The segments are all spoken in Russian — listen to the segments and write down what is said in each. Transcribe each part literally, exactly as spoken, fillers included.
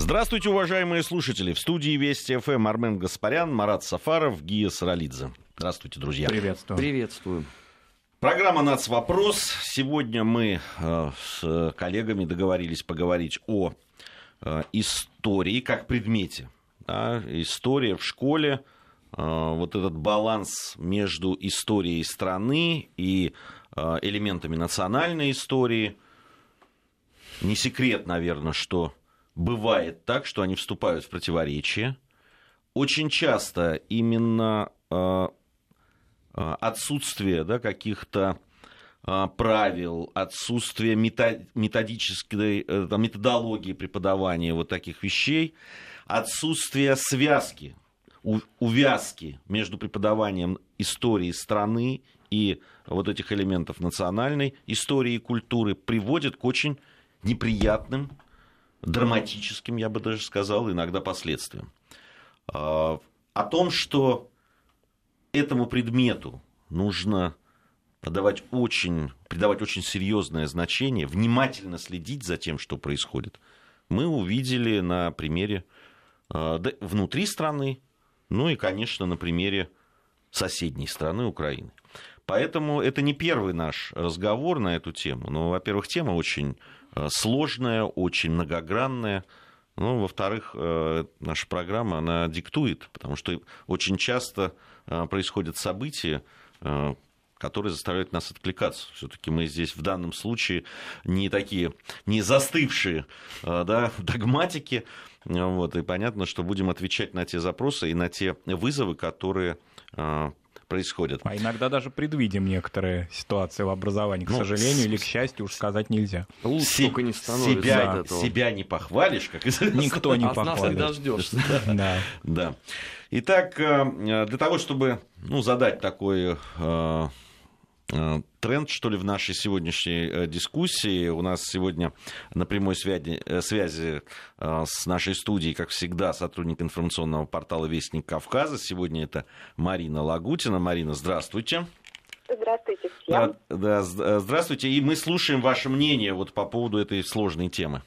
Здравствуйте, уважаемые слушатели. В студии Вести ФМ Армен Гаспарян, Марат Сафаров, Гия Саралидзе. Здравствуйте, друзья. Приветствую. Приветствую. Программа «Нацвопрос». Сегодня мы э, с коллегами договорились поговорить о э, истории как предмете. Да? История в школе, э, вот этот баланс между историей страны и э, элементами национальной истории. Не секрет, наверное, что бывает так, что они вступают в противоречие. Очень часто именно э, отсутствие, да, каких-то э, правил, отсутствие методической э, методологии преподавания вот таких вещей, отсутствие связки, у, увязки между преподаванием истории страны и вот этих элементов национальной истории и культуры приводит к очень неприятным, драматическим, я бы даже сказал, иногда последствиям. О том, что этому предмету нужно придавать очень, придавать очень серьезное значение, внимательно следить за тем, что происходит, мы увидели на примере внутри страны, ну и, конечно, на примере соседней страны Украины. Поэтому это не первый наш разговор на эту тему. Но, во-первых, тема очень сложная, очень многогранная. Ну, во-вторых, наша программа, она диктует, потому что очень часто происходят события, которые заставляют нас откликаться. Все-таки мы здесь в данном случае не такие, не застывшие, да, догматики. Вот, и понятно, что будем отвечать на те запросы и на те вызовы, которые происходят. А иногда даже предвидим некоторые ситуации в образовании, к ну, сожалению, с... или к счастью, уж сказать нельзя. Лучше только не становится себя, от этого. Себя не похвалишь, как никто не похвалит. От нас не дождешься. Да. Да. Итак, для того, чтобы ну, задать такой э, э, тренд, что ли, в нашей сегодняшней э, дискуссии, у нас сегодня на прямой связи, э, связи э, с нашей студией, как всегда, сотрудник информационного портала «Вестник Кавказа». Сегодня это Марина Лагутина. Марина, здравствуйте. Здравствуйте всем. Да, да, здравствуйте. И мы слушаем ваше мнение вот по поводу этой сложной темы.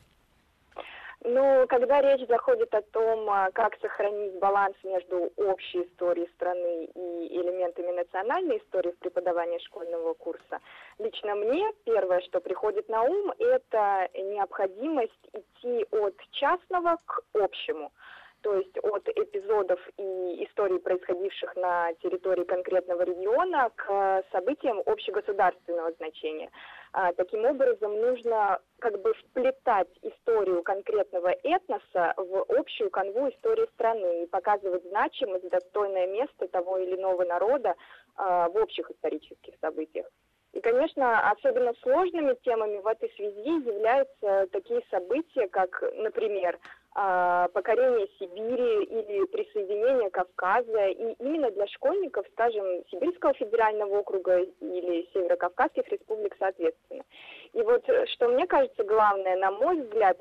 Ну, когда речь заходит о том, как сохранить баланс между общей историей страны и элементами национальной истории в преподавании школьного курса, лично мне первое, что приходит на ум, это необходимость идти от частного к общему. То есть от эпизодов и историй, происходивших на территории конкретного региона, к событиям общегосударственного значения. А, таким образом, нужно как бы вплетать историю конкретного этноса в общую канву истории страны и показывать значимость, достойное место того или иного народа а, в общих исторических событиях. И, конечно, особенно сложными темами в этой связи являются такие события, как, например, покорение Сибири или присоединение Кавказа. И именно для школьников, скажем, Сибирского федерального округа или Северокавказских республик соответственно. И вот что мне кажется главное, на мой взгляд,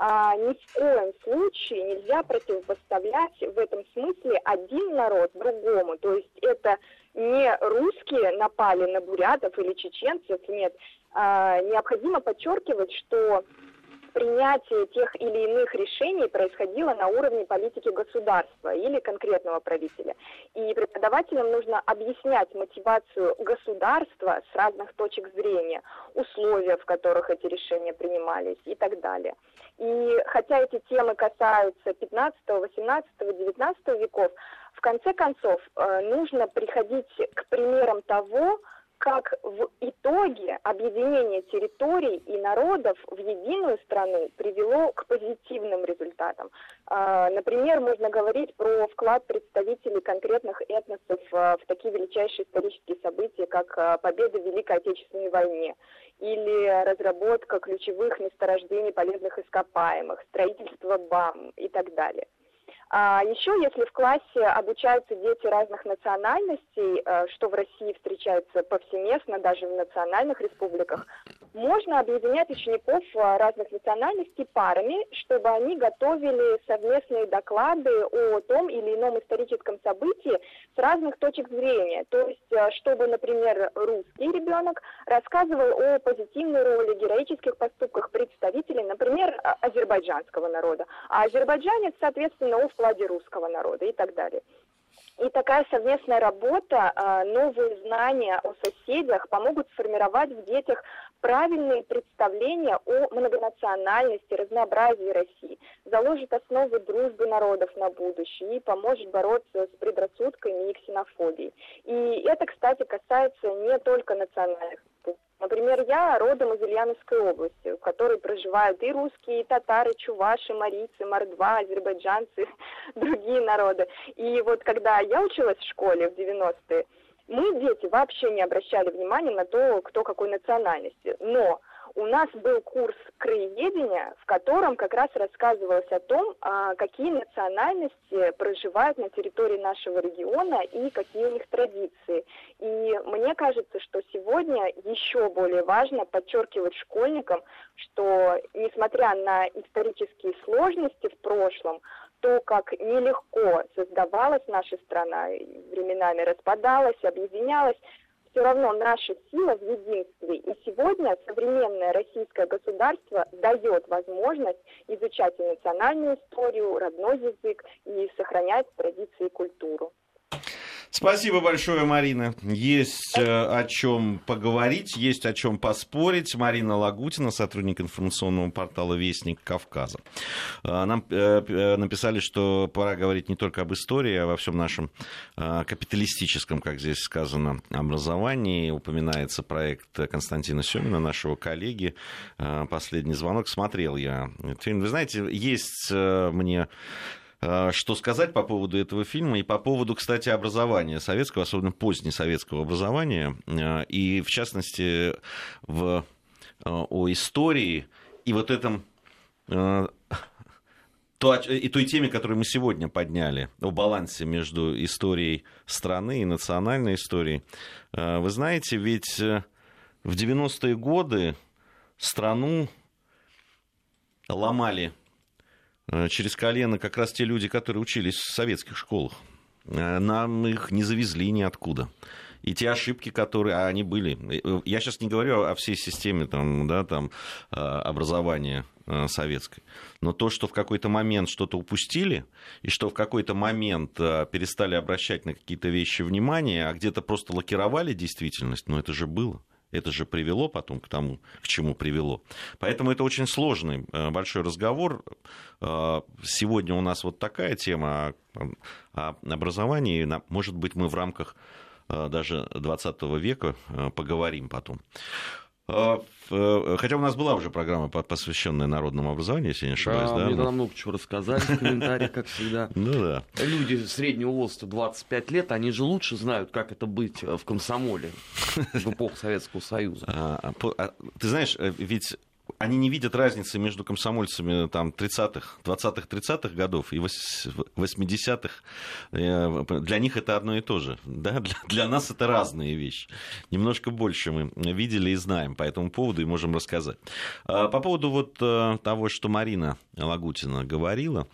ни в коем случае нельзя противопоставлять в этом смысле один народ другому. То есть это не русские напали на бурятов или чеченцев, нет. Необходимо подчеркивать, что принятие тех или иных решений происходило на уровне политики государства или конкретного правителя. И преподавателям нужно объяснять мотивацию государства с разных точек зрения, условия, в которых эти решения принимались и так далее. И хотя эти темы касаются пятнадцатого, восемнадцатого, девятнадцатого веков, в конце концов нужно приходить к примерам того, как в итоге объединение территорий и народов в единую страну привело к позитивным результатам. Например, можно говорить про вклад представителей конкретных этносов в такие величайшие исторические события, как победа в Великой Отечественной войне или разработка ключевых месторождений полезных ископаемых, строительство БАМ и так далее. А еще, если в классе обучаются дети разных национальностей, что в России встречается повсеместно, даже в национальных республиках, можно объединять учеников разных национальностей парами, чтобы они готовили совместные доклады о том или ином историческом событии с разных точек зрения. То есть, чтобы, например, русский ребенок рассказывал о позитивной роли, героических поступках представителей, например, азербайджанского народа, а азербайджанец, соответственно, о вкладе русского народа и так далее. И такая совместная работа, новые знания о соседях помогут сформировать в детях правильные представления о многонациональности, разнообразии России, заложит основы дружбы народов на будущее и поможет бороться с предрассудками и ксенофобией. И это, кстати, касается не только национальных. Например, я родом из Ульяновской области, в которой проживают и русские, и татары, чуваши, марийцы, мордва, азербайджанцы, другие народы. И вот когда я училась в школе в девяностые, мы, дети, вообще не обращали внимания на то, кто какой национальности. Но у нас был курс краеведения, в котором как раз рассказывалось о том, какие национальности проживают на территории нашего региона и какие у них традиции. И мне кажется, что сегодня еще более важно подчеркивать школьникам, что несмотря на исторические сложности в прошлом, то, как нелегко создавалась наша страна, временами распадалась, объединялась, все равно наша сила в единстве. И сегодня современное российское государство дает возможность изучать и национальную историю, родной язык и сохранять традиции и культуру. Спасибо большое, Марина. Есть э, о чем поговорить, есть о чем поспорить. Марина Лагутина, сотрудник информационного портала «Вестник Кавказа». Э, нам э, написали, что пора говорить не только об истории, а во всем нашем э, капиталистическом, как здесь сказано, образовании. Упоминается проект Константина Семина, нашего коллеги. Э, «Последний звонок». Смотрел я этот фильм. Вы знаете, есть э, мне... что сказать по поводу этого фильма и по поводу, кстати, образования советского, особенно позднесоветского образования, и, в частности, в, о истории и вот этом, то, и той теме, которую мы сегодня подняли, о балансе между историей страны и национальной историей. Вы знаете, ведь в девяностые годы страну ломали через колено как раз те люди, которые учились в советских школах. Нам их не завезли ниоткуда. И те ошибки, которые... А они были... Я сейчас не говорю о всей системе там, да, там, образования советской. Но то, что в какой-то момент что-то упустили, и что в какой-то момент перестали обращать на какие-то вещи внимание, а где-то просто лакировали действительность, ну это же было. Это же привело потом к тому, к чему привело. Поэтому это очень сложный большой разговор. Сегодня у нас вот такая тема о образовании. Может быть, мы в рамках даже двадцатого века поговорим потом. Хотя у нас была уже программа, посвященная народному образованию, если я не ошибаюсь. Да, да? мне тогда много чего рассказали в комментариях, как всегда. Ну да. Люди среднего возраста двадцать пять лет, они же лучше знают, как это быть в комсомоле в эпоху Советского Союза. А, а, ты знаешь, ведь они не видят разницы между комсомольцами там, тридцатых, двадцатых, тридцатых годов и восьмидесятых. Для них это одно и то же. Да? Для, для нас это разные вещи. Немножко больше мы видели и знаем по этому поводу и можем рассказать. По поводу вот того, что Марина Лагутина говорила,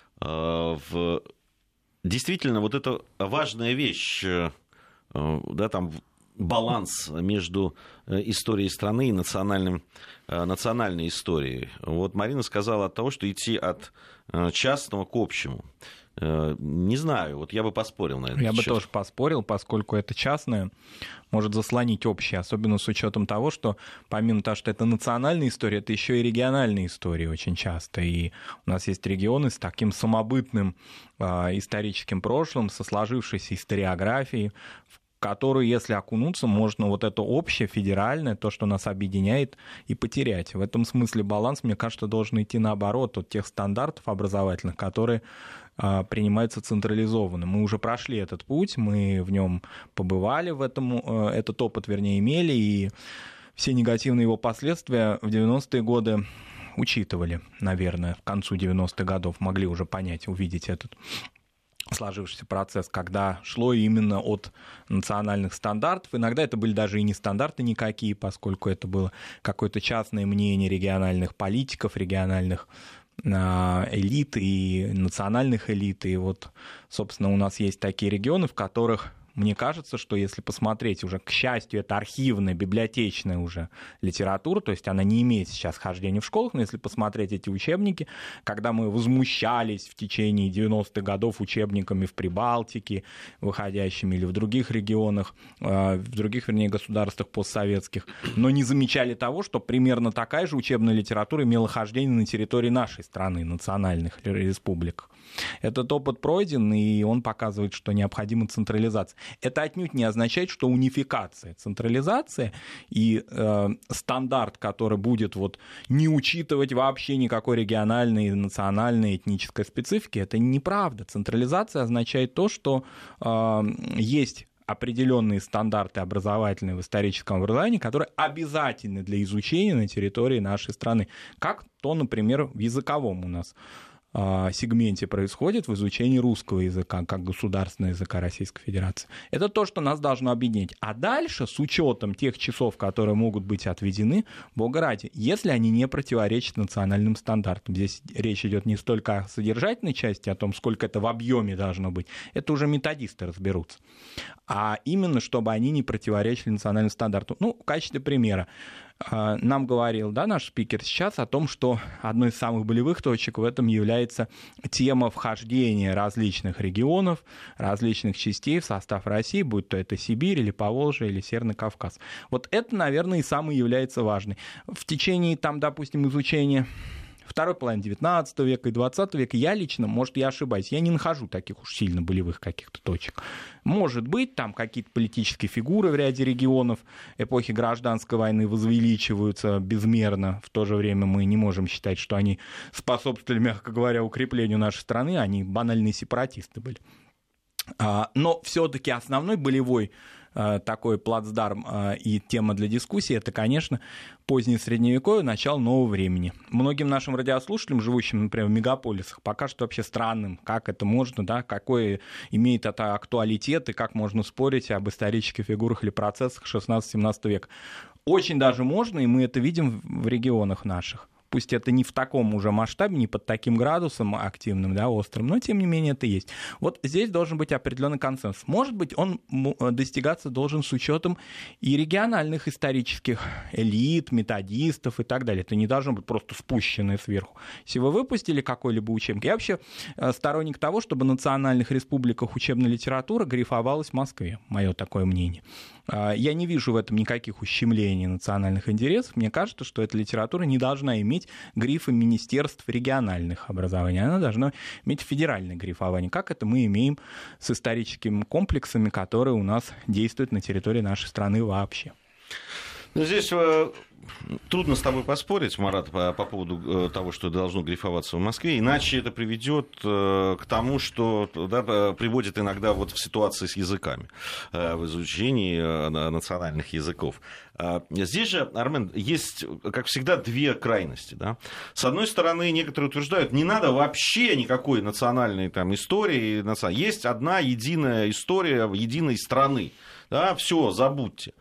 в... действительно, вот это важная вещь, да, там, баланс между историей страны и национальным, национальной историей. Вот Марина сказала от того, что идти от частного к общему. Не знаю, вот я бы поспорил на это. Я бы тоже поспорил, поскольку это частное может заслонить общее, особенно с учетом того, что помимо того, что это национальная история, это еще и региональная история очень часто. И у нас есть регионы с таким самобытным э, историческим прошлым, со сложившейся историографией, в которую, если окунуться, можно вот это общее, федеральное, то, что нас объединяет, и потерять. В этом смысле баланс, мне кажется, должен идти наоборот от тех стандартов образовательных, которые а, принимаются централизованно. Мы уже прошли этот путь, мы в нем побывали, в этом, этот опыт, вернее, имели, и все негативные его последствия в девяностые годы учитывали, наверное, к концу девяностых годов, могли уже понять, увидеть этот сложившийся процесс, когда шло именно от национальных стандартов. Иногда это были даже и не стандарты никакие, поскольку это было какое-то частное мнение региональных политиков, региональных элит и национальных элит. И вот, собственно, у нас есть такие регионы, в которых, мне кажется, что если посмотреть уже, к счастью, это архивная, библиотечная уже литература, то есть она не имеет сейчас хождения в школах, но если посмотреть эти учебники, когда мы возмущались в течение девяностых годов учебниками в Прибалтике, выходящими или в других регионах, в других, вернее, государствах постсоветских, но не замечали того, что примерно такая же учебная литература имела хождение на территории нашей страны, национальных республик. Этот опыт пройден, и он показывает, что необходима централизация. Это отнюдь не означает, что унификация. Централизация и э, стандарт, который будет вот, не учитывать вообще никакой региональной, национальной, этнической специфики, это неправда. Централизация означает то, что э, есть определенные стандарты образовательные в историческом образовании, которые обязательны для изучения на территории нашей страны. Как то, например, в языковом у нас сегменте происходит в изучении русского языка как государственного языка Российской Федерации. Это то, что нас должно объединять. А дальше, с учетом тех часов, которые могут быть отведены, бога ради, если они не противоречат национальным стандартам. Здесь речь идет не столько о содержательной части, о том, сколько это в объеме должно быть, это уже методисты разберутся, а именно, чтобы они не противоречили национальным стандартам. Ну, в качестве примера. Нам говорил, да, наш спикер сейчас о том, что одной из самых болевых точек в этом является тема вхождения различных регионов, различных частей в состав России, будь то это Сибирь или Поволжье или Северный Кавказ. Вот это, наверное, и самое является важным. В течение, там, допустим, изучения второй половины девятнадцатого века и двадцатого века я лично, может, я ошибаюсь, я не нахожу таких уж сильно болевых каких-то точек. Может быть, там какие-то политические фигуры в ряде регионов эпохи гражданской войны возвеличиваются безмерно. В то же время мы не можем считать, что они способствовали, мягко говоря, укреплению нашей страны. Они банальные сепаратисты были. Но все-таки основной болевой такой плацдарм и тема для дискуссии — это, конечно, позднее Средневековье, начало нового времени. Многим нашим радиослушателям, живущим, например, в мегаполисах, покажется вообще странным, как это можно, да, какой имеет это актуалитет и как можно спорить об исторических фигурах или процессах шестнадцатого-семнадцатого века. Очень даже можно, и мы это видим в регионах наших. Пусть это не в таком уже масштабе, не под таким градусом активным, да, острым, но тем не менее это есть. Вот здесь должен быть определенный консенсус. Может быть, он достигаться должен с учетом и региональных исторических элит, методистов и так далее. Это не должно быть просто спущенное сверху. Если вы выпустили какой-либо учебник, я вообще сторонник того, чтобы в национальных республиках учебная литература грифовалась в Москве. Мое такое мнение. Я не вижу в этом никаких ущемлений национальных интересов. Мне кажется, что эта литература не должна иметь грифы министерств региональных образований. Она должна иметь федеральное грифование, как это мы имеем с историческими комплексами, которые у нас действуют на территории нашей страны вообще. Ну, здесь э, трудно с тобой поспорить, Марат, по, по поводу э, того, что должно грифоваться в Москве, иначе это приведет э, к тому, что да, приводит иногда вот в ситуации с языками, э, в изучении э, национальных языков. Э, здесь же, Армен, есть, как всегда, две крайности. Да? С одной стороны, некоторые утверждают, не надо вообще никакой национальной там, истории, есть одна единая история единой страны. Да, все, забудьте.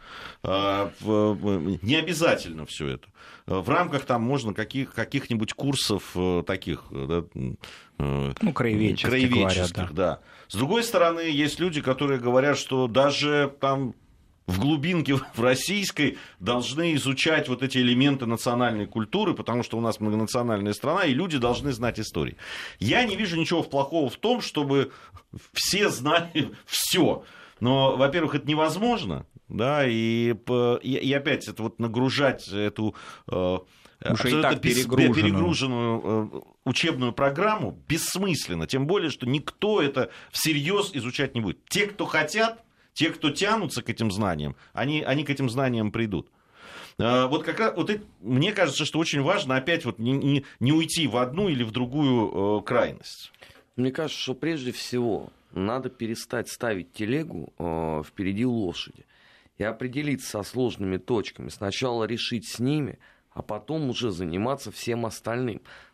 Не обязательно все это. В рамках там можно каких, каких-нибудь курсов таких, да, ну, краеведческих, краеведческих говорят, да. Да. С другой стороны, есть люди, которые говорят, что даже там в глубинке в российской должны изучать вот эти элементы национальной культуры, потому что у нас многонациональная страна, и люди должны знать историю. Я не вижу ничего плохого в том, чтобы все знали все. Но, во-первых, это невозможно, да, и, и, и опять это вот нагружать эту э, абсолютно перегруженную. перегруженную э, учебную программу бессмысленно, тем более, что никто это всерьез изучать не будет. Те, кто хотят, те, кто тянутся к этим знаниям, они, они к этим знаниям придут. Э, вот как раз, вот это, мне кажется, что очень важно опять вот не, не, не уйти в одну или в другую э, крайность. Мне кажется, что прежде всего надо перестать ставить телегу э, впереди лошади и определиться со сложными точками. Сначала решить с ними, а потом уже заниматься всем остальным.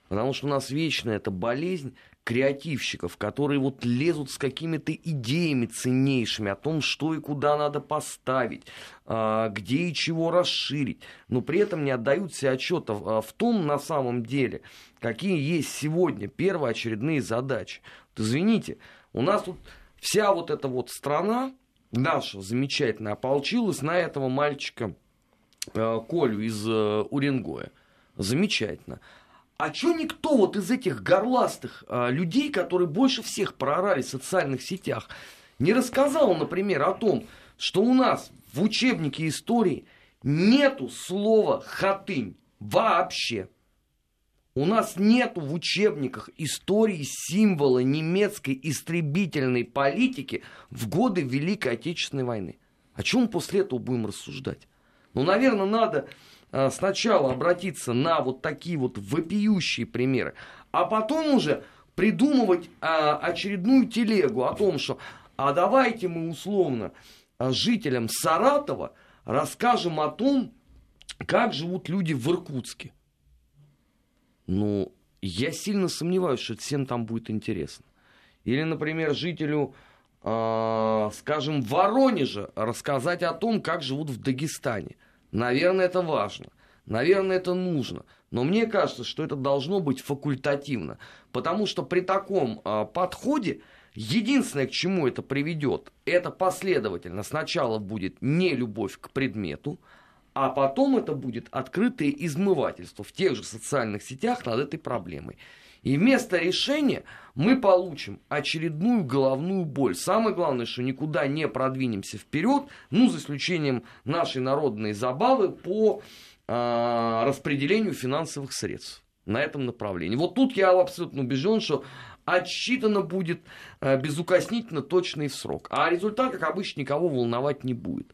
Потому что у нас вечно эта болезнь креативщиков, которые вот лезут с какими-то идеями ценнейшими о том, что и куда надо поставить, где и чего расширить, но при этом не отдают себе отчета в том, на самом деле, какие есть сегодня первоочередные задачи. Вот извините, у нас тут вся вот эта вот страна наша замечательная ополчилась на этого мальчика Колю из Уренгоя. Замечательно. А чё никто вот из этих горластых а, людей, которые больше всех проорали в социальных сетях, не рассказал, например, о том, что у нас в учебнике истории нету слова «хатынь» вообще. У нас нету в учебниках истории символа немецкой истребительной политики в годы Великой Отечественной войны. О чем мы после этого будем рассуждать? Ну, наверное, надо... сначала обратиться на вот такие вот вопиющие примеры, а потом уже придумывать а, очередную телегу о том, что а давайте мы условно жителям Саратова расскажем о том, как живут люди в Иркутске. Ну, я сильно сомневаюсь, что всем там будет интересно. Или, например, жителю, а, скажем, Воронежа рассказать о том, как живут в Дагестане. Наверное, это важно, наверное, это нужно, но мне кажется, что это должно быть факультативно, потому что при таком а, подходе единственное, к чему это приведет, это последовательно. Сначала будет не любовь к предмету, а потом это будет открытое измывательство в тех же социальных сетях над этой проблемой. И вместо решения мы получим очередную головную боль. Самое главное, что никуда не продвинемся вперед, ну, за исключением нашей народной забавы по э, распределению финансовых средств на этом направлении. Вот тут я абсолютно убежден, что отсчитано будет э, безукоснительно, точно и в срок. А результат, как обычно, никого волновать не будет.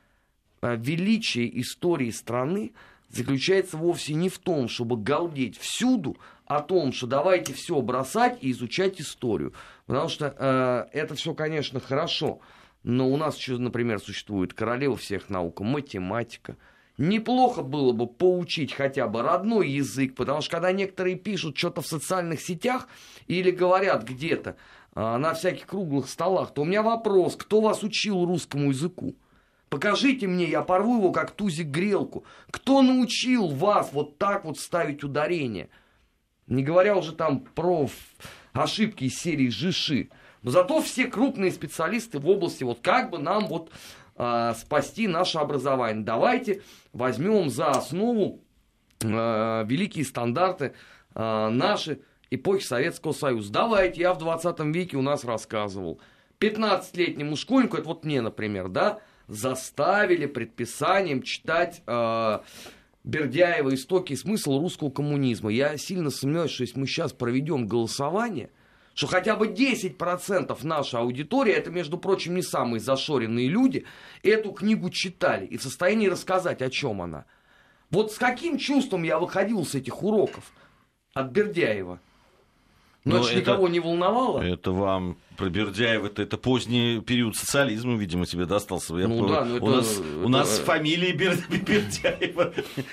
Э, величие истории страны заключается вовсе не в том, чтобы галдеть всюду о том, что давайте все бросать и изучать историю. Потому что э, это все, конечно, хорошо. Но у нас еще, например, существует королева всех наук, математика. Неплохо было бы поучить хотя бы родной язык, потому что когда некоторые пишут что-то в социальных сетях или говорят где-то э, на всяких круглых столах, то у меня вопрос, кто вас учил русскому языку? Покажите мне, я порву его, как тузик грелку. Кто научил вас вот так вот ставить ударение? Не говоря уже там про ошибки из серии «Жиши». Но зато все крупные специалисты в области, вот как бы нам вот э, спасти наше образование. Давайте возьмем за основу э, великие стандарты э, нашей эпохи Советского Союза. Давайте, я в двадцатом веке у нас рассказывал. пятнадцатилетнему школьнику, это вот мне, например, да, заставили предписанием читать э, Бердяева «Истоки и смысл русского коммунизма». Я сильно сомневаюсь, что если мы сейчас проведем голосование, что хотя бы десять процентов нашей аудитории, это, между прочим, не самые зашоренные люди, эту книгу читали и в состоянии рассказать, о чем она. Вот с каким чувством я выходил с этих уроков от Бердяева? Но, Но это же никого не волновало. Это вам про Бердяева, это, это поздний период социализма, видимо, тебе достался. Я ну, по... да, у, это, нас, это... у нас фамилии Бер... Бердяева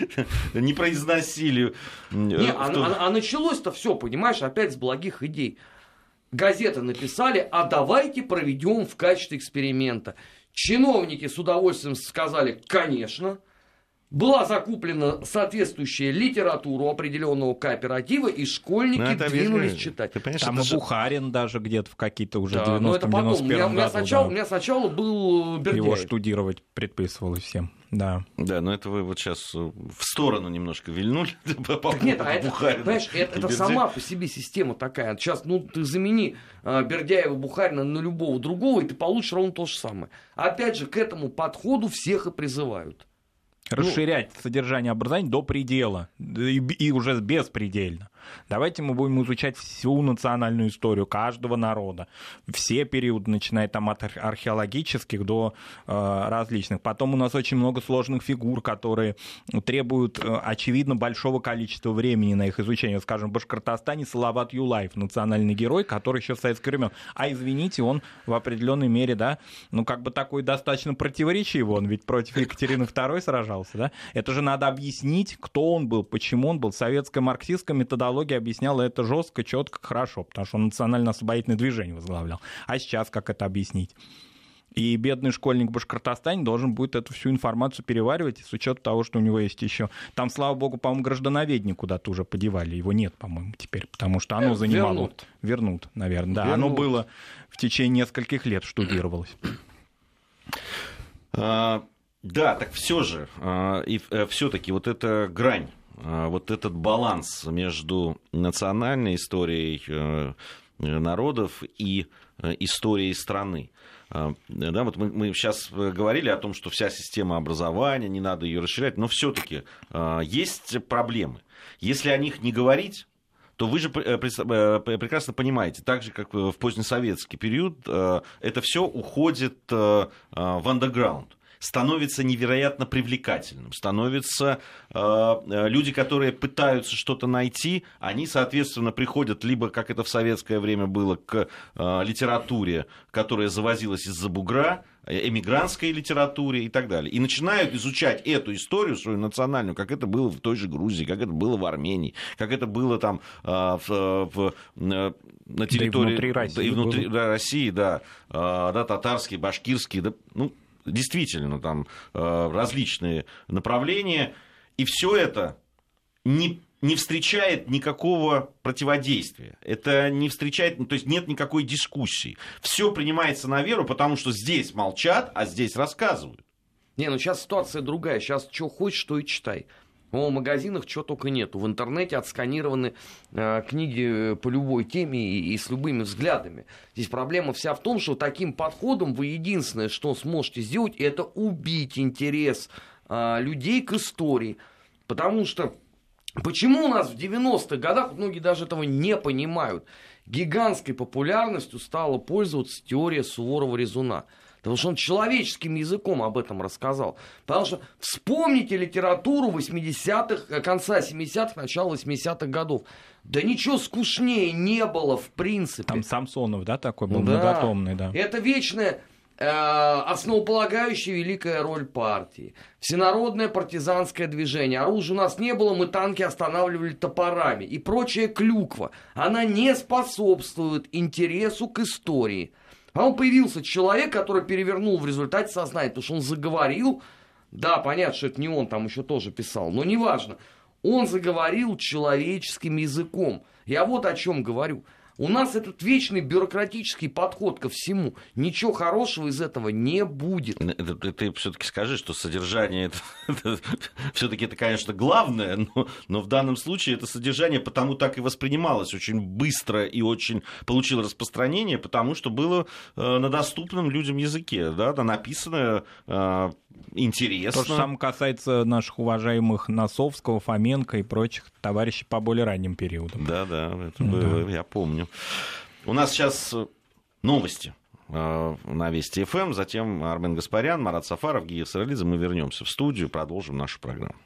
не произносили. Не, а, а, а началось-то все, понимаешь, опять с благих идей. Газеты написали, а давайте проведем в качестве эксперимента. Чиновники с удовольствием сказали, конечно. Была закуплена соответствующая литература определенного кооператива, и школьники двинулись читать. Там и же... Бухарин даже где-то в какие-то уже да, девяностом девяносто первом году. У меня, сначала, да. у меня сначала был Бердяев. Его штудировать предписывалось всем. Да. Да, но это вы вот сейчас в сторону немножко вильнули. Так нет, а это, понимаешь, это, это сама по себе система такая. Сейчас, ну, ты замени uh, Бердяева, Бухарина на любого другого, и ты получишь ровно то же самое. Опять же, к этому подходу всех и призывают. Расширять ну, содержание образования до предела, и, и уже беспредельно. Давайте мы будем изучать всю национальную историю каждого народа, все периоды, начиная там от археологических до э, различных. Потом у нас очень много сложных фигур, которые требуют, э, очевидно, большого количества времени на их изучение. Скажем, в Башкортостане Салават Юлаев, национальный герой, который еще с советских времен. А извините, он в определенной мере, да, ну как бы такой достаточно противоречивый, он ведь против Екатерины второй сражался, да. Это же надо объяснить, кто он был, почему он был. Советская марксистская методология идеология объясняла это жестко, четко, хорошо, потому что он национально-освободительное движение возглавлял. А сейчас как это объяснить? И бедный школьник в Башкортостане должен будет эту всю информацию переваривать, с учетом того, что у него есть еще... Там, слава богу, по-моему, граждановедение куда-то уже подевали. Его нет, по-моему, теперь, потому что оно занимало... Вернут. Вернут, наверное. Да, Вернут. оно было в течение нескольких лет штудировалось. А, да, так все же, а, и все-таки вот эта грань, а, вот этот баланс между национальной историей а, народов и а, историей страны. Да, вот мы, мы сейчас говорили о том, что вся система образования, не надо ее расширять, но все-таки э, есть проблемы. Если о них не говорить, то вы же прекрасно понимаете, так же, как в позднесоветский период, э, это все уходит э, в underground. Становится невероятно привлекательным, становятся э, люди, которые пытаются что-то найти, они, соответственно, приходят либо, как это в советское время было, к э, литературе, которая завозилась из-за бугра, эмигрантской литературе и так далее, и начинают изучать эту историю свою национальную, как это было в той же Грузии, как это было в Армении, как это было там э, в, в, на территории... Да и внутри России. И внутри да, России, да, э, да, татарские, башкирские, да, ну... Действительно, там э, различные направления, и все это не, не встречает никакого противодействия. Это не встречает, то есть нет никакой дискуссии. Все принимается на веру, потому что здесь молчат, а здесь рассказывают. Не, ну сейчас ситуация другая. Сейчас что хочешь, то и читай. В магазинах чего только нету. В интернете отсканированы э, книги по любой теме и, и с любыми взглядами. Здесь проблема вся в том, что таким подходом вы единственное, что сможете сделать, это убить интерес э, людей к истории. Потому что почему у нас в девяностых годах, многие даже этого не понимают, гигантской популярностью стала пользоваться теория Суворова-Резуна. Потому что он человеческим языком об этом рассказал. Потому что вспомните литературу восьмидесятых, конца семидесятых, начала восьмидесятых годов. Да ничего скучнее не было в принципе. Там Самсонов, да, такой был, да. многотомный, да. Это вечная, э, основополагающая великая роль партии. Всенародное партизанское движение. Оружия у нас не было, мы танки останавливали топорами. И прочая клюква. Она не способствует интересу к истории. А он появился человек, который перевернул в результате сознание, потому что он заговорил, да, понятно, что это не он там еще тоже писал, но неважно, он заговорил человеческим языком. Я вот о чем говорю. У нас этот вечный бюрократический подход ко всему. Ничего хорошего из этого не будет. Ты, ты все-таки скажи, что содержание это, это все-таки это, конечно, главное, но, но в данном случае это содержание потому так и воспринималось очень быстро и очень получило распространение, потому что было э, на доступном людям языке, да, написано э, интересно. То же самое касается наших уважаемых Носовского, Фоменко и прочих товарищей по более ранним периодам. Да, да, это было, да. Я помню. У нас сейчас новости э, на Вести эф эм, затем Армен Гаспарян, Марат Сафаров, Гия Саралидзе. Мы вернемся в студию, продолжим нашу программу.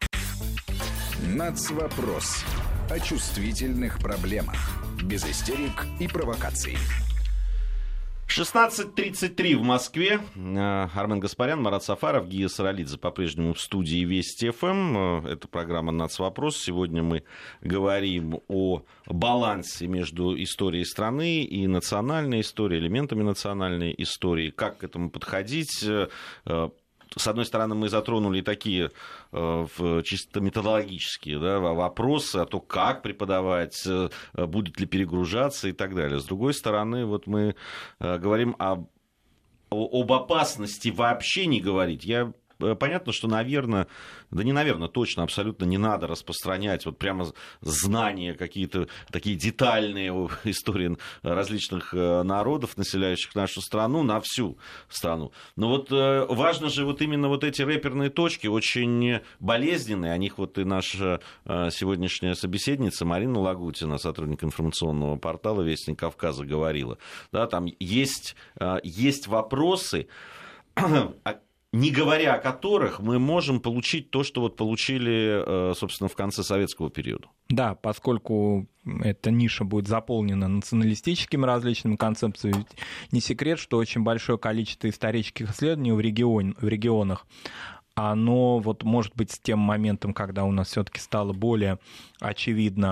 Нацвопрос. О чувствительных проблемах. Без истерик и провокаций. шестнадцать тридцать три в Москве. Армен Гаспарян, Марат Сафаров, Гия Саралидзе по-прежнему в студии Вести эф эм. Это программа «Нацвопрос». Сегодня мы говорим о балансе между историей страны и национальной историей, элементами национальной истории. Как к этому подходить? С одной стороны, мы затронули такие э, чисто методологические, да, вопросы о том, как преподавать, э, будет ли перегружаться и так далее. С другой стороны, вот мы э, говорим об, об опасности вообще не говорить. Я Понятно, что, наверное, да не наверное, точно, абсолютно не надо распространять вот прямо знания какие-то такие детальные о истории различных народов, населяющих нашу страну, на всю страну. Но вот важно же вот именно вот эти реперные точки, очень болезненные, о них вот и наша сегодняшняя собеседница Марина Лагутина, сотрудник информационного портала «Вестник Кавказа», говорила. Да, там есть, есть вопросы, не говоря о которых, мы можем получить то, что вот получили, собственно, в конце советского периода. Да, поскольку эта ниша будет заполнена националистическими различными концепциями, не секрет, что очень большое количество исторических исследований в, регион, в регионах, оно вот может быть с тем моментом, когда у нас все-таки стало более очевидно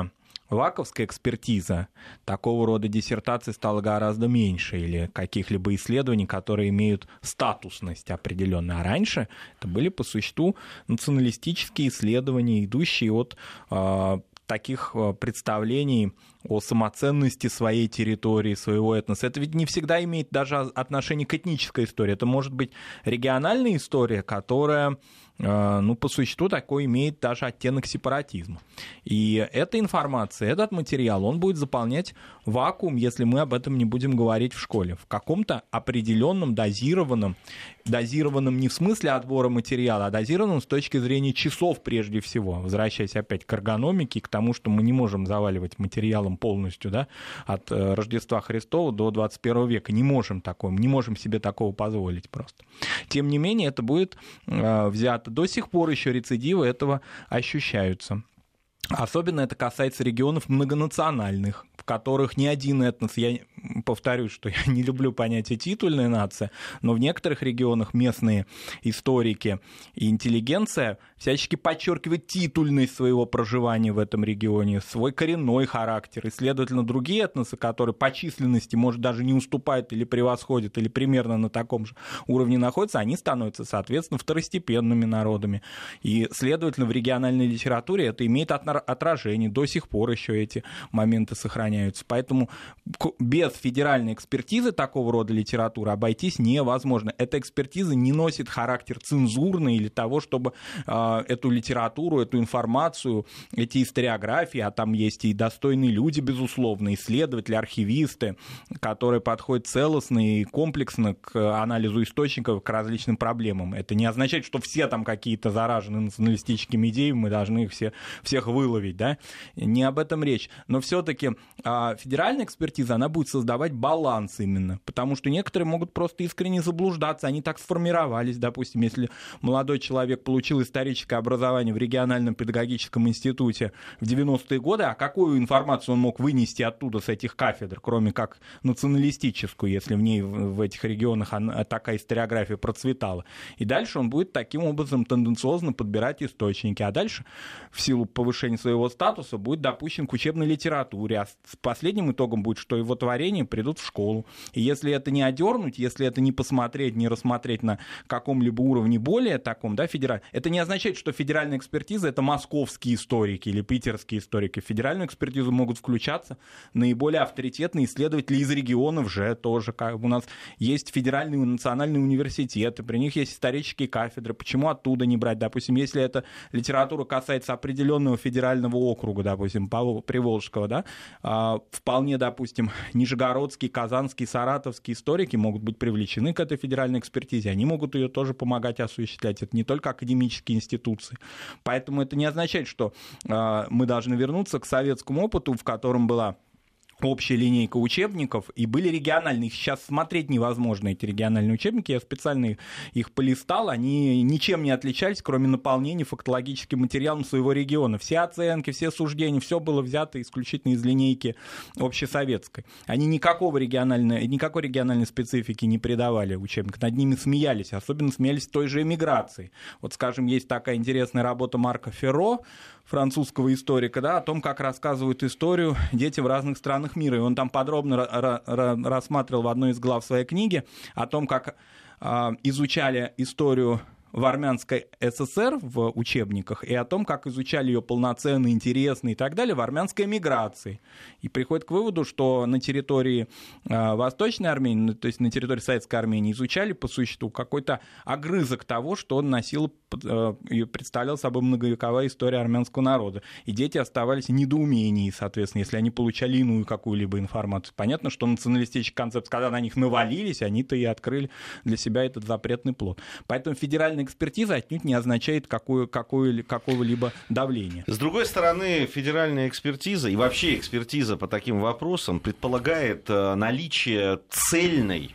ваковская экспертиза, такого рода диссертаций стало гораздо меньше, или каких-либо исследований, которые имеют статусность определенную. А раньше это были по существу националистические исследования, идущие от э, таких представлений о самоценности своей территории, своего этноса. Это ведь не всегда имеет даже отношение к этнической истории. Это может быть региональная история, которая, ну, по существу такой имеет даже оттенок сепаратизма. И эта информация, этот материал, он будет заполнять вакуум, если мы об этом не будем говорить в школе. В каком-то определенном, дозированном, дозированном не в смысле отбора материала, а дозированном с точки зрения часов прежде всего. Возвращаясь опять к эргономике, к тому, что мы не можем заваливать материалом полностью, да, от э, Рождества Христова до двадцать первого века. Не можем такого, не можем себе такого позволить просто. Тем не менее, это будет э, взято. До сих пор еще рецидивы этого ощущаются. Особенно это касается регионов многонациональных, в которых ни один этнос, я повторюсь, что я не люблю понятие титульная нация, но в некоторых регионах местные историки и интеллигенция всячески подчеркивают титульность своего проживания в этом регионе, свой коренной характер, и, следовательно, другие этносы, которые по численности, может, даже не уступают или превосходят, или примерно на таком же уровне находятся, они становятся, соответственно, второстепенными народами. И, следовательно, в региональной литературе это имеет отражение, до сих пор еще эти моменты сохраняются. Поэтому без федеральной экспертизы такого рода литературы обойтись невозможно. Эта экспертиза не носит характер цензурный или того, чтобы э, эту литературу, эту информацию, эти историографии, а там есть и достойные люди, безусловно, исследователи, архивисты, которые подходят целостно и комплексно к анализу источников, к различным проблемам. Это не означает, что все там какие-то заражены националистическими идеями, мы должны их все, всех выловить, да? Не об этом речь. Но все-таки э, федеральная экспертиза, она будет создавать баланс именно, потому что некоторые могут просто искренне заблуждаться, они так сформировались, допустим, если молодой человек получил историческое образование в региональном педагогическом институте в девяностые годы, а какую информацию он мог вынести оттуда, с этих кафедр, кроме как националистическую, если в ней, в этих регионах она, такая историография процветала. И дальше он будет таким образом тенденциозно подбирать источники, а дальше в силу повышения своего статуса будет допущен к учебной литературе, а с последним итогом будет, что его творения придут в школу. И если это не одернуть, если это не посмотреть, не рассмотреть на каком-либо уровне более таком, да, федеральном, это не означает, что федеральная экспертиза — это московские историки или питерские историки. В федеральную экспертизу могут включаться наиболее авторитетные исследователи из регионов же тоже. У нас есть федеральные национальные университеты, при них есть исторические кафедры. Почему оттуда не брать? Допустим, если эта литература касается определенного федерального округа, допустим, Приволжского, да, вполне, допустим, нижегородские, казанские, саратовские историки могут быть привлечены к этой федеральной экспертизе, они могут ее тоже помогать осуществлять. Это не только академические институции. Поэтому это не означает, что э, мы должны вернуться к советскому опыту, в котором была общая линейка учебников, и были региональные. Сейчас смотреть невозможно, эти региональные учебники. Я специально их полистал. Они ничем не отличались, кроме наполнения фактологическим материалом своего региона. Все оценки, все суждения, все было взято исключительно из линейки общесоветской. Они никакого региональной, никакой региональной специфики не придавали учебникам. Над ними смеялись. Особенно смеялись в той же эмиграции. Вот, скажем, есть такая интересная работа Марка Ферро, французского историка, да, о том, как рассказывают историю дети в разных странах мира. И он там подробно ра- ра- рассматривал в одной из глав своей книги о том, как э, изучали историю в армянской ССР в учебниках и о том, как изучали ее полноценно, интересно и так далее в армянской эмиграции. И приходит к выводу, что на территории э, Восточной Армении, то есть на территории Советской Армении, изучали по существу какой-то огрызок того, что он носил э, и представлял собой многовековая история армянского народа. И дети оставались в недоумении, соответственно, если они получали иную какую-либо информацию. Понятно, что националистический концепт, когда на них навалились, они-то и открыли для себя этот запретный плод. Поэтому федеральная экспертиза отнюдь не означает какое, какое, какого-либо давления. С другой стороны, федеральная экспертиза и вообще экспертиза по таким вопросам предполагает наличие цельной,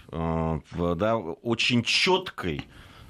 да, очень четкой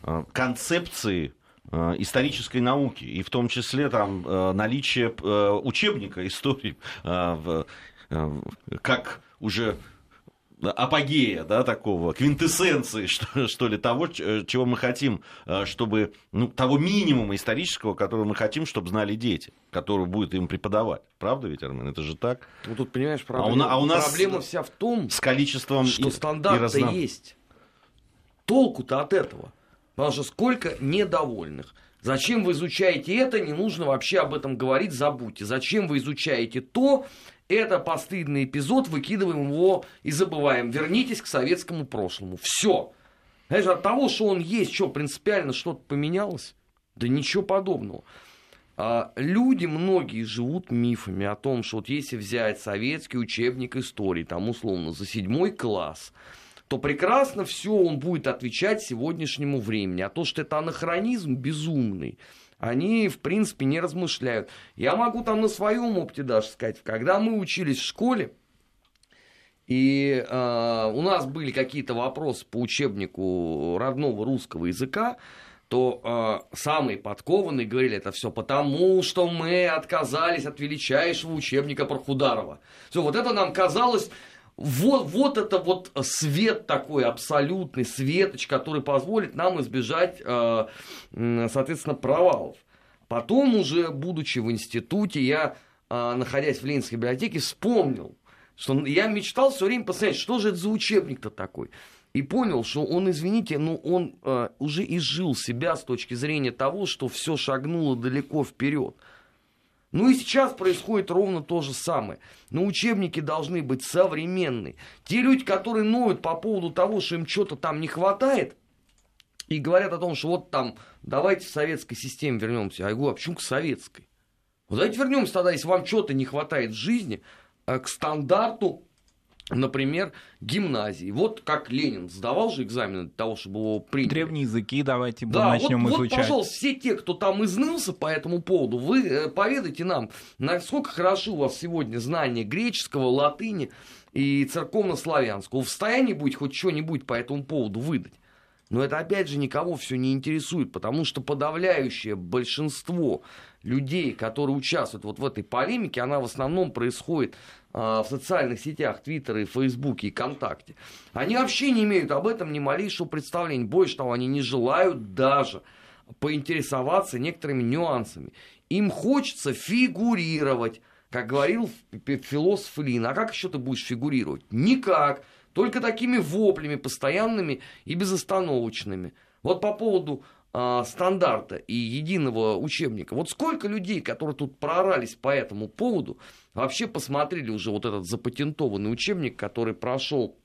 концепции исторической науки, и в том числе там наличие учебника истории, как уже апогея, да, такого, квинтэссенции, что, что ли, того, чего мы хотим, чтобы, ну, того минимума исторического, который мы хотим, чтобы знали дети, который будет им преподавать. Правда ведь, Армен? Это же так. Ну, тут, понимаешь, проблема, а у, а у нас проблема вся в том, с количеством что стандарт-то разноб... есть. Толку-то от этого. Потому что сколько недовольных. Зачем вы изучаете это, не нужно вообще об этом говорить, забудьте. Зачем вы изучаете то... Это постыдный эпизод, выкидываем его и забываем. Вернитесь к советскому прошлому. Все. Знаешь, от того, что он есть, что, принципиально что-то поменялось? Да ничего подобного. А люди многие живут мифами о том, что вот если взять советский учебник истории, там условно за седьмой класс, то прекрасно все он будет отвечать сегодняшнему времени. А то, что это анахронизм безумный, они, в принципе, не размышляют. Я могу там на своем опыте даже сказать, когда мы учились в школе, и э, у нас были какие-то вопросы по учебнику родного русского языка, то э, самые подкованные говорили, это все потому, что мы отказались от величайшего учебника Прохударова. Все, вот это нам казалось... Вот, вот это вот свет такой, абсолютный светоч, который позволит нам избежать, соответственно, провалов. Потом уже, будучи в институте, я, находясь в Ленинской библиотеке, вспомнил, что я мечтал все время посмотреть, что же это за учебник-то такой. И понял, что он, извините, но он уже изжил себя с точки зрения того, что все шагнуло далеко вперед. Ну и сейчас происходит ровно то же самое. Но учебники должны быть современные. Те люди, которые ноют по поводу того, что им что-то там не хватает, и говорят о том, что вот там, давайте в советской системе вернемся. А я говорю, а почему к советской? Вот давайте вернемся тогда, если вам что-то не хватает в жизни, к стандарту, например, гимназии. Вот как Ленин сдавал же экзамены для того, чтобы его приняли. Древние языки давайте да, начнем вот, изучать. Вот, пожалуйста, все те, кто там изнылся по этому поводу, вы поведайте нам, насколько хорошо у вас сегодня знание греческого, латыни и церковно-славянского. Вы в состоянии будете хоть что-нибудь по этому поводу выдать? Но это, опять же, никого все не интересует, потому что подавляющее большинство людей, которые участвуют вот в этой полемике, она в основном происходит а, в социальных сетях, Твиттере, Фейсбуке и ВКонтакте. Они вообще не имеют об этом ни малейшего представления. Больше того, они не желают даже поинтересоваться некоторыми нюансами. Им хочется фигурировать, как говорил философ Ильин. А как еще ты будешь фигурировать? Никак. Только такими воплями постоянными и безостановочными. Вот по поводу э, стандарта и единого учебника. Вот сколько людей, которые тут проорались по этому поводу, вообще посмотрели уже вот этот запатентованный учебник, который прошел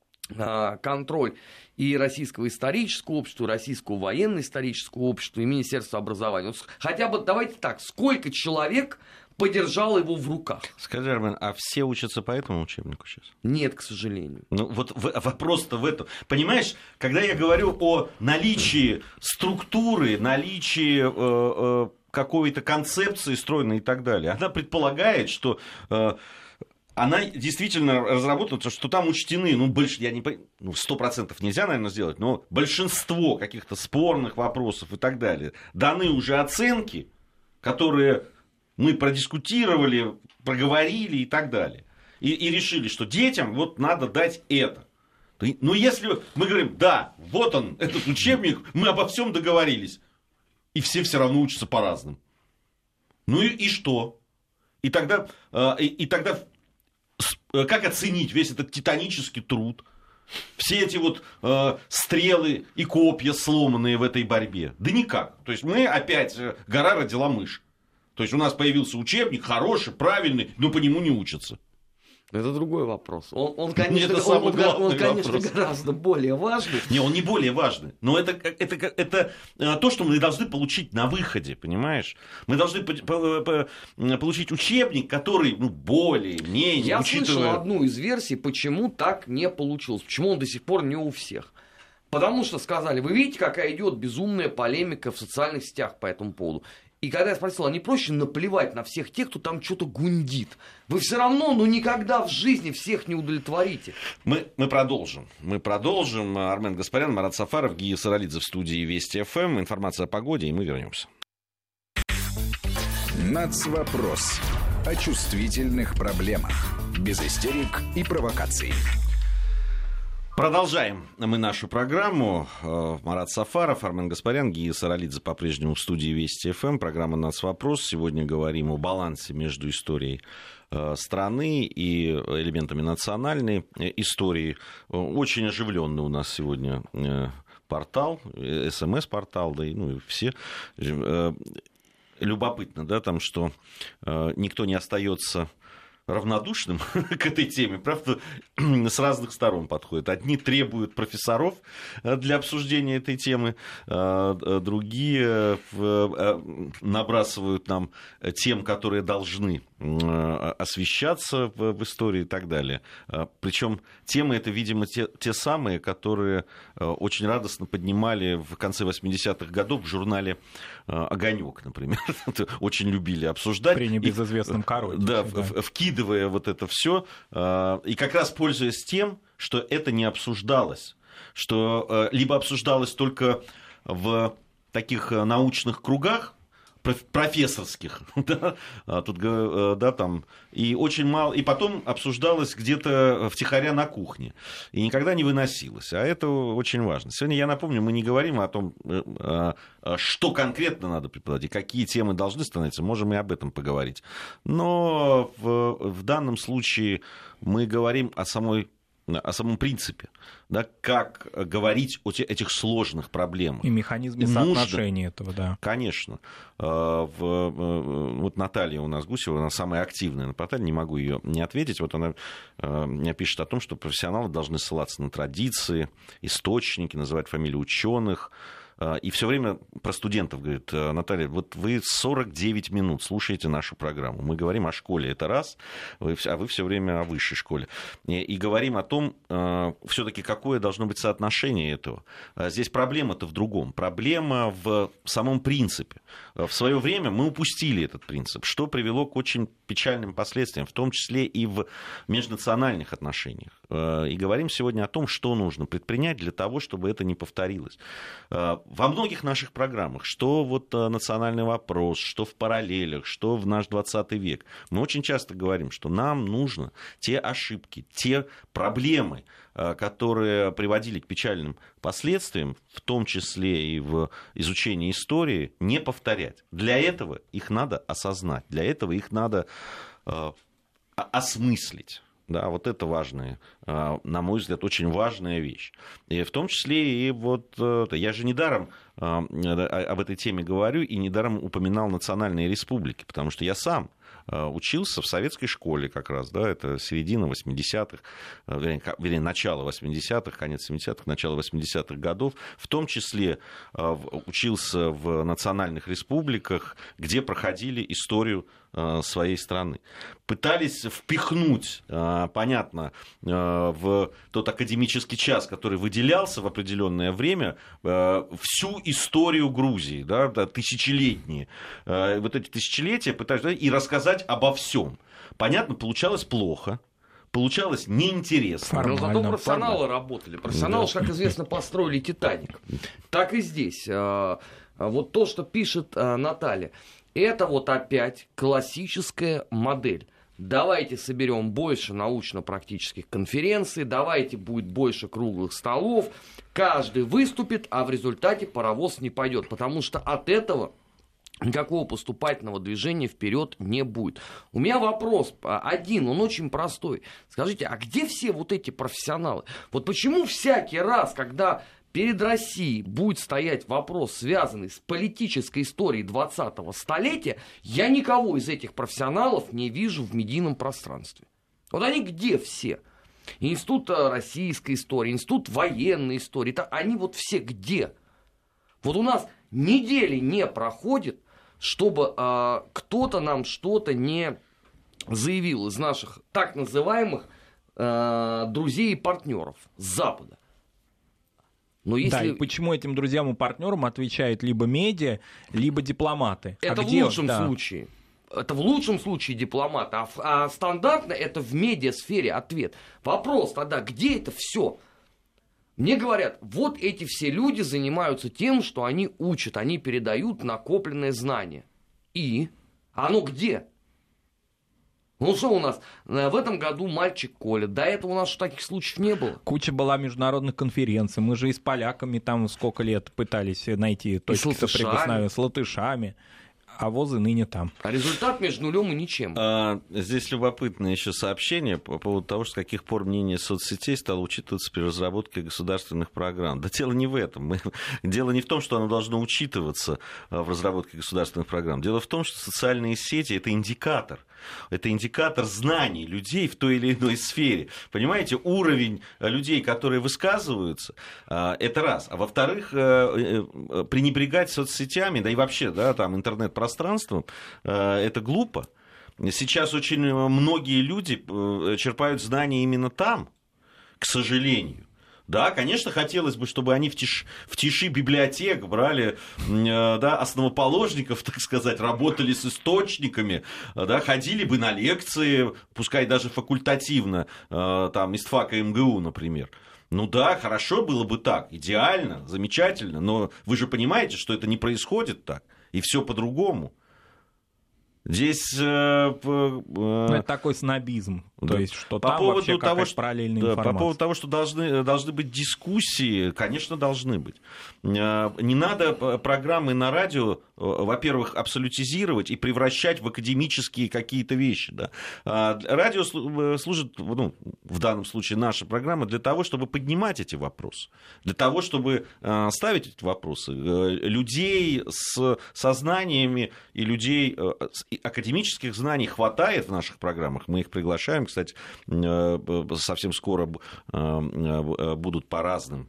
э, контроль и Российского исторического общества, и Российского военно-исторического общества, и Министерства образования. Вот хотя бы давайте так, сколько человек подержал его в руках. Скажи, Армен, а все учатся по этому учебнику сейчас? Нет, к сожалению. Ну, вот вопрос-то в этом. Понимаешь, когда я говорю о наличии структуры, наличии э, э, какой-то концепции стройной и так далее, она предполагает, что... Э, она действительно разработана, что там учтены, ну, больше, я не понимаю, ну, сто процентов нельзя, наверное, сделать, но большинство каких-то спорных вопросов и так далее. Даны уже оценки, которые мы продискутировали, проговорили и так далее. И, и решили, что детям вот надо дать это. Но если мы говорим, да, вот он, этот учебник, мы обо всем договорились, и все все равно учатся по-разному. Ну и, и что? И тогда, и, и тогда как оценить весь этот титанический труд? Все эти вот э, стрелы и копья, сломанные в этой борьбе? Да никак. То есть мы опять, гора родила мышь. То есть у нас появился учебник хороший, правильный, но по нему не учатся. Это другой вопрос. Он, он конечно, он, он, он, конечно вопрос. Гораздо более важный. Не, он не более важный. Но это, это, это, это то, что мы должны получить на выходе, понимаешь? Мы должны получить учебник, который ну, более-менее... Я учитывая... слышал одну из версий, почему так не получилось. Почему он до сих пор не у всех. Потому что сказали, вы видите, какая идет безумная полемика в социальных сетях по этому поводу. И когда я спросил, а не проще наплевать на всех тех, кто там что-то гундит? Вы все равно, ну, никогда в жизни всех не удовлетворите. Мы, мы продолжим. Мы продолжим. Армен Гаспарян, Марат Сафаров, Гия Саралидзе в студии Вести ФМ. Информация о погоде, и мы вернемся. Нацвопрос. О чувствительных проблемах. Без истерик и провокаций. Продолжаем мы нашу программу. Марат Сафаров, Армен Гаспарян, Гия Саралидзе по-прежнему в студии Вести ФМ. Программа «Нацвопрос». Сегодня говорим о балансе между историей страны и элементами национальной истории. Очень оживленный у нас сегодня портал, СМС-портал, да и ну, и все. Любопытно, да, там, что никто не остается равнодушным к этой теме, правда, с разных сторон подходят. Одни требуют профессоров для обсуждения этой темы, другие набрасывают нам тем, которые должны освещаться в истории и так далее. Причем темы это, видимо, те, те самые, которые очень радостно поднимали в конце восьмидесятых годов в журнале «Огонек», например. Очень любили обсуждать. При небезызвестном Коротиче. Да, да. Вкидывая вот это все. И как раз пользуясь тем, что это не обсуждалось, что либо обсуждалось только в таких научных кругах, профессорских, да, тут, да, там, и очень мало, и потом обсуждалось где-то втихаря на кухне, и никогда не выносилось, а это очень важно. Сегодня, я напомню, мы не говорим о том, что конкретно надо преподавать, и какие темы должны становиться, можем и об этом поговорить, но в, в данном случае мы говорим о самой о самом принципе, да, как говорить о этих сложных проблемах. И механизме соотношения этого, да. Конечно. Вот Наталья у нас Гусева, она самая активная на портале, не могу ее не ответить. Вот она мне пишет о том, что профессионалы должны ссылаться на традиции, источники, называть фамилии ученых. И все время про студентов говорит: Наталья, вот вы сорок девять минут слушаете нашу программу. Мы говорим о школе, это раз, а вы все время о высшей школе. И говорим о том, все-таки какое должно быть соотношение этого. Здесь проблема-то в другом. Проблема в самом принципе. В свое время мы упустили этот принцип, что привело к очень печальным последствиям, в том числе и в межнациональных отношениях. И говорим сегодня о том, что нужно предпринять для того, чтобы это не повторилось. Во многих наших программах, что вот «Национальный вопрос», что в «Параллелях», что в «Наш двадцатый век», мы очень часто говорим, что нам нужно те ошибки, те проблемы, которые приводили к печальным последствиям, в том числе и в изучении истории, не повторять. Для этого их надо осознать, для этого их надо осмыслить. Да, вот это важная, на мой взгляд, очень важная вещь. И в том числе и вот, я же недаром об этой теме говорю и недаром упоминал национальные республики, потому что я сам учился в советской школе как раз, да, это середина восьмидесятых, вернее, начало восьмидесятых, конец семидесятых, начало восьмидесятых годов, в том числе учился в национальных республиках, где проходили историю своей страны. Пытались впихнуть, понятно, в тот академический час, который выделялся в определенное время, всю историю Грузии, да, тысячелетние. Вот эти тысячелетия пытались, да, и рассказать обо всем. Понятно, получалось плохо. Получалось неинтересно. Но зато профессионалы формально работали. Профессионалы, да, как известно, построили «Титаник». Так и здесь. Вот то, что пишет Наталья, это вот опять классическая модель. Давайте соберем больше научно-практических конференций, давайте будет больше круглых столов, каждый выступит, а в результате паровоз не пойдет, потому что от этого никакого поступательного движения вперед не будет. У меня вопрос один, он очень простой. Скажите, а где все вот эти профессионалы? Вот почему всякий раз, когда перед Россией будет стоять вопрос, связанный с политической историей двадцатого столетия, я никого из этих профессионалов не вижу в медийном пространстве? Вот они где все? Институт российской истории, Институт военной истории, они вот все где? Вот у нас недели не проходит, чтобы э, кто-то нам что-то не заявил из наших так называемых э, друзей и партнеров с Запада. Но если... Да, и почему этим друзьям и партнерам отвечают либо медиа, либо дипломаты? Это а в где... лучшем да. случае. Это в лучшем случае дипломаты, а, а стандартно это в медиасфере ответ. Вопрос тогда, где это все? Мне говорят, вот эти все люди занимаются тем, что они учат, они передают накопленное знание. И оно где? Ну что у нас, в этом году мальчик Коля, до этого у нас таких случаев не было. Куча была международных конференций, мы же и с поляками там сколько лет пытались найти точки соприкосновения, с латышами. А ВОЗы ныне там. А результат между нулем и ничем. А, здесь любопытное еще сообщение по поводу того, что с каких пор мнение соцсетей стало учитываться при разработке государственных программ. Да дело не в этом. Мы... Дело не в том, что оно должно учитываться в разработке государственных программ. Дело в том, что социальные сети — это индикатор. Это индикатор знаний людей в той или иной сфере. Понимаете, уровень людей, которые высказываются, это раз. А во-вторых, пренебрегать соцсетями, да и вообще, да, там, интернет-пространством, это глупо. Сейчас очень многие люди черпают знания именно там, к сожалению. Да, конечно, хотелось бы, чтобы они в, тиши, в тиши библиотек брали, да, основоположников, так сказать, работали с источниками, да, ходили бы на лекции, пускай даже факультативно, там, из ФАКа МГУ, например. Ну да, хорошо было бы так, идеально, замечательно, но вы же понимаете, что это не происходит так, и все по-другому. Здесь... Э, э, ну, это такой снобизм. Да. То есть, что по там поводу вообще того, какая-то что, параллельная да, информация. По поводу того, что должны, должны быть дискуссии, конечно, должны быть. Не надо программы на радио, во-первых, абсолютизировать и превращать в академические какие-то вещи. Да. Радио служит, ну, в данном случае наша программа, для того, чтобы поднимать эти вопросы, для того, чтобы ставить эти вопросы. Людей с сознаниями и людей с академических знаний хватает в наших программах. Мы их приглашаем, кстати, совсем скоро будут по разным,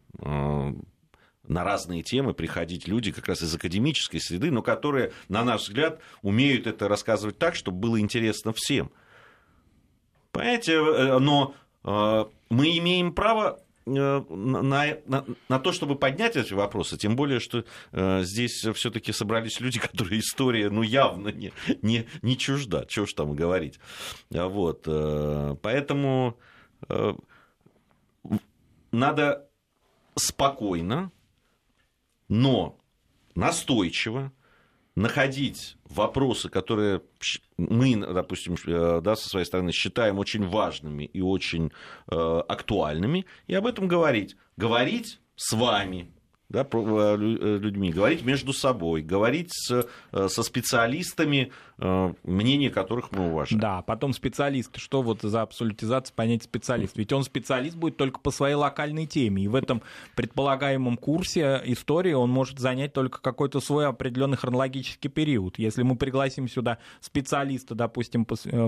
на разные темы приходить люди как раз из академической среды, но которые, на наш взгляд, умеют это рассказывать так, чтобы было интересно всем. Понимаете, но мы имеем право на, на, на то, чтобы поднять эти вопросы, тем более, что э, здесь все-таки собрались люди, которые история, ну, явно не, не, не чужда, чего ж там говорить. Вот, э, поэтому э, надо спокойно, но настойчиво находить вопросы, которые мы, допустим, да, со своей стороны считаем очень важными и очень э, актуальными, и об этом говорить. Говорить с вами, да, людьми, говорить между собой, говорить с, со специалистами, мнение которых мы уважаем. Да, потом специалисты. Что вот за абсолютизация понятия специалист? Ведь он специалист будет только по своей локальной теме. И в этом предполагаемом курсе истории он может занять только какой-то свой определенный хронологический период. Если мы пригласим сюда специалиста, допустим,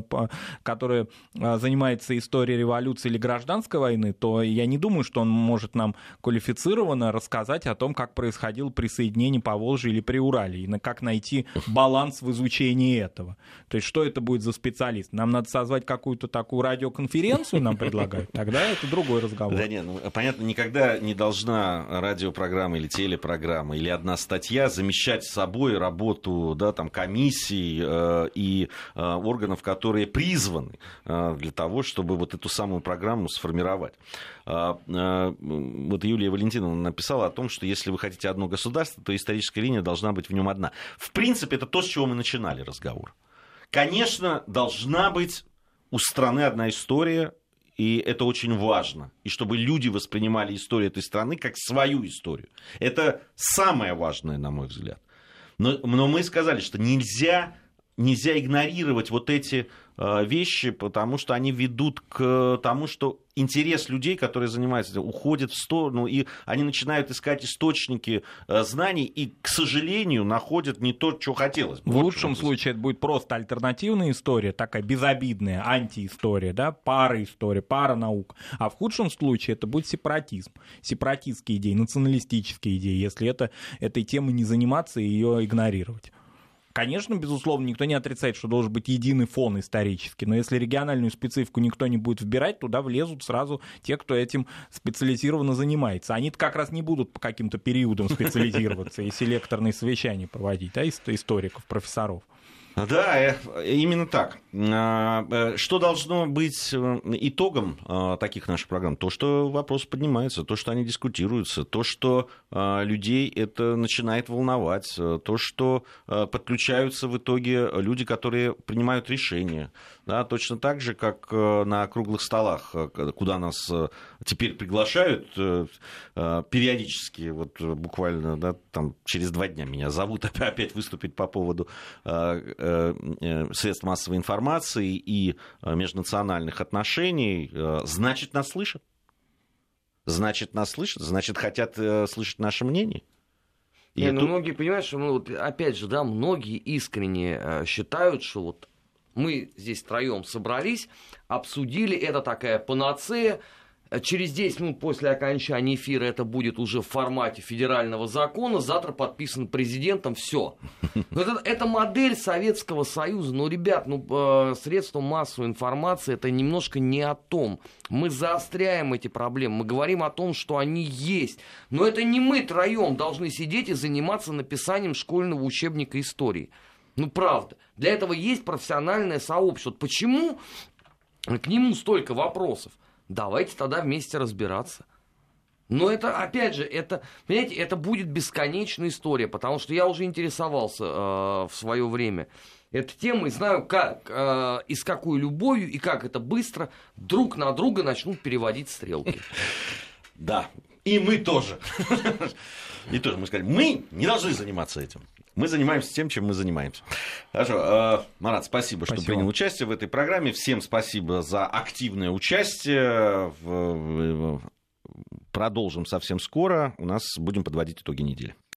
который занимается историей революции или гражданской войны, то я не думаю, что он может нам квалифицированно рассказать о том, как происходило присоединение Поволжья или Приуралья, и как найти баланс в изучении этого. То есть, что это будет за специалист? Нам надо созвать какую-то такую радиоконференцию, нам предлагают, тогда это другой разговор. Да нет, ну, понятно, никогда не должна радиопрограмма или телепрограмма или одна статья замещать собой работу, да, там, комиссий э, и э, органов, которые призваны э, для того, чтобы вот эту самую программу сформировать. Э, э, вот Юлия Валентиновна написала о том, что если вы хотите одно государство, то историческая линия должна быть в нем одна. В принципе, это то, с чего мы начинали разговор. Конечно, должна быть у страны одна история, и это очень важно. И чтобы люди воспринимали историю этой страны как свою историю. Это самое важное, на мой взгляд. Но, но мы сказали, что нельзя, нельзя игнорировать вот эти э, вещи, потому что они ведут к тому, что интерес людей, которые занимаются этим, уходит в сторону, и они начинают искать источники э, знаний, и, к сожалению, находят не то, что хотелось бы. В лучшем случае это будет просто альтернативная история, такая безобидная, антиистория, да, пара-история, пара-наук. А в худшем случае это будет сепаратизм, сепаратистские идеи, националистические идеи, если это, этой темой не заниматься и ее игнорировать. Конечно, безусловно, никто не отрицает, что должен быть единый фон исторический, но если региональную специфику никто не будет вбирать, туда влезут сразу те, кто этим специализированно занимается. Они-то как раз не будут по каким-то периодам специализироваться и селекторные совещания проводить, да, историков, профессоров. Да, именно так. Что должно быть итогом таких наших программ? То, что вопросы поднимаются, то, что они дискутируются, то, что людей это начинает волновать, то, что подключаются в итоге люди, которые принимают решения. Да, точно так же, как на круглых столах, куда нас теперь приглашают периодически, вот буквально, да, там, через два дня меня зовут опять выступить по поводу средств массовой информации и межнациональных отношений, значит, нас слышат. Значит, нас слышат, значит, хотят слышать наше мнение. И Не, ну, тут... многие понимают, что, ну, вот, опять же, да, многие искренне э, считают, что вот мы здесь втроем собрались, обсудили, это такая панацея. Через десять минут после окончания эфира это будет уже в формате федерального закона, завтра подписан президентом, все. Это, это модель Советского Союза. Ну, ребят, ну, э, средства массовой информации это немножко не о том. Мы заостряем эти проблемы, мы говорим о том, что они есть. Но это не мы троем должны сидеть и заниматься написанием школьного учебника истории. Ну, правда. Для этого есть профессиональное сообщество. Почему к нему столько вопросов? Давайте тогда вместе разбираться. Но это, опять же, это, понимаете, это будет бесконечная история, потому что я уже интересовался э, в свое время этой темой, знаю, как, э, и с какой любовью, и как это быстро друг на друга начнут переводить стрелки. Да, и мы тоже. И тоже мы сказали, мы не должны заниматься этим. Мы занимаемся тем, чем мы занимаемся. Хорошо. Марат, спасибо, что спасибо. принял участие в этой программе. Всем спасибо за активное участие. Продолжим совсем скоро. У нас будем подводить итоги недели.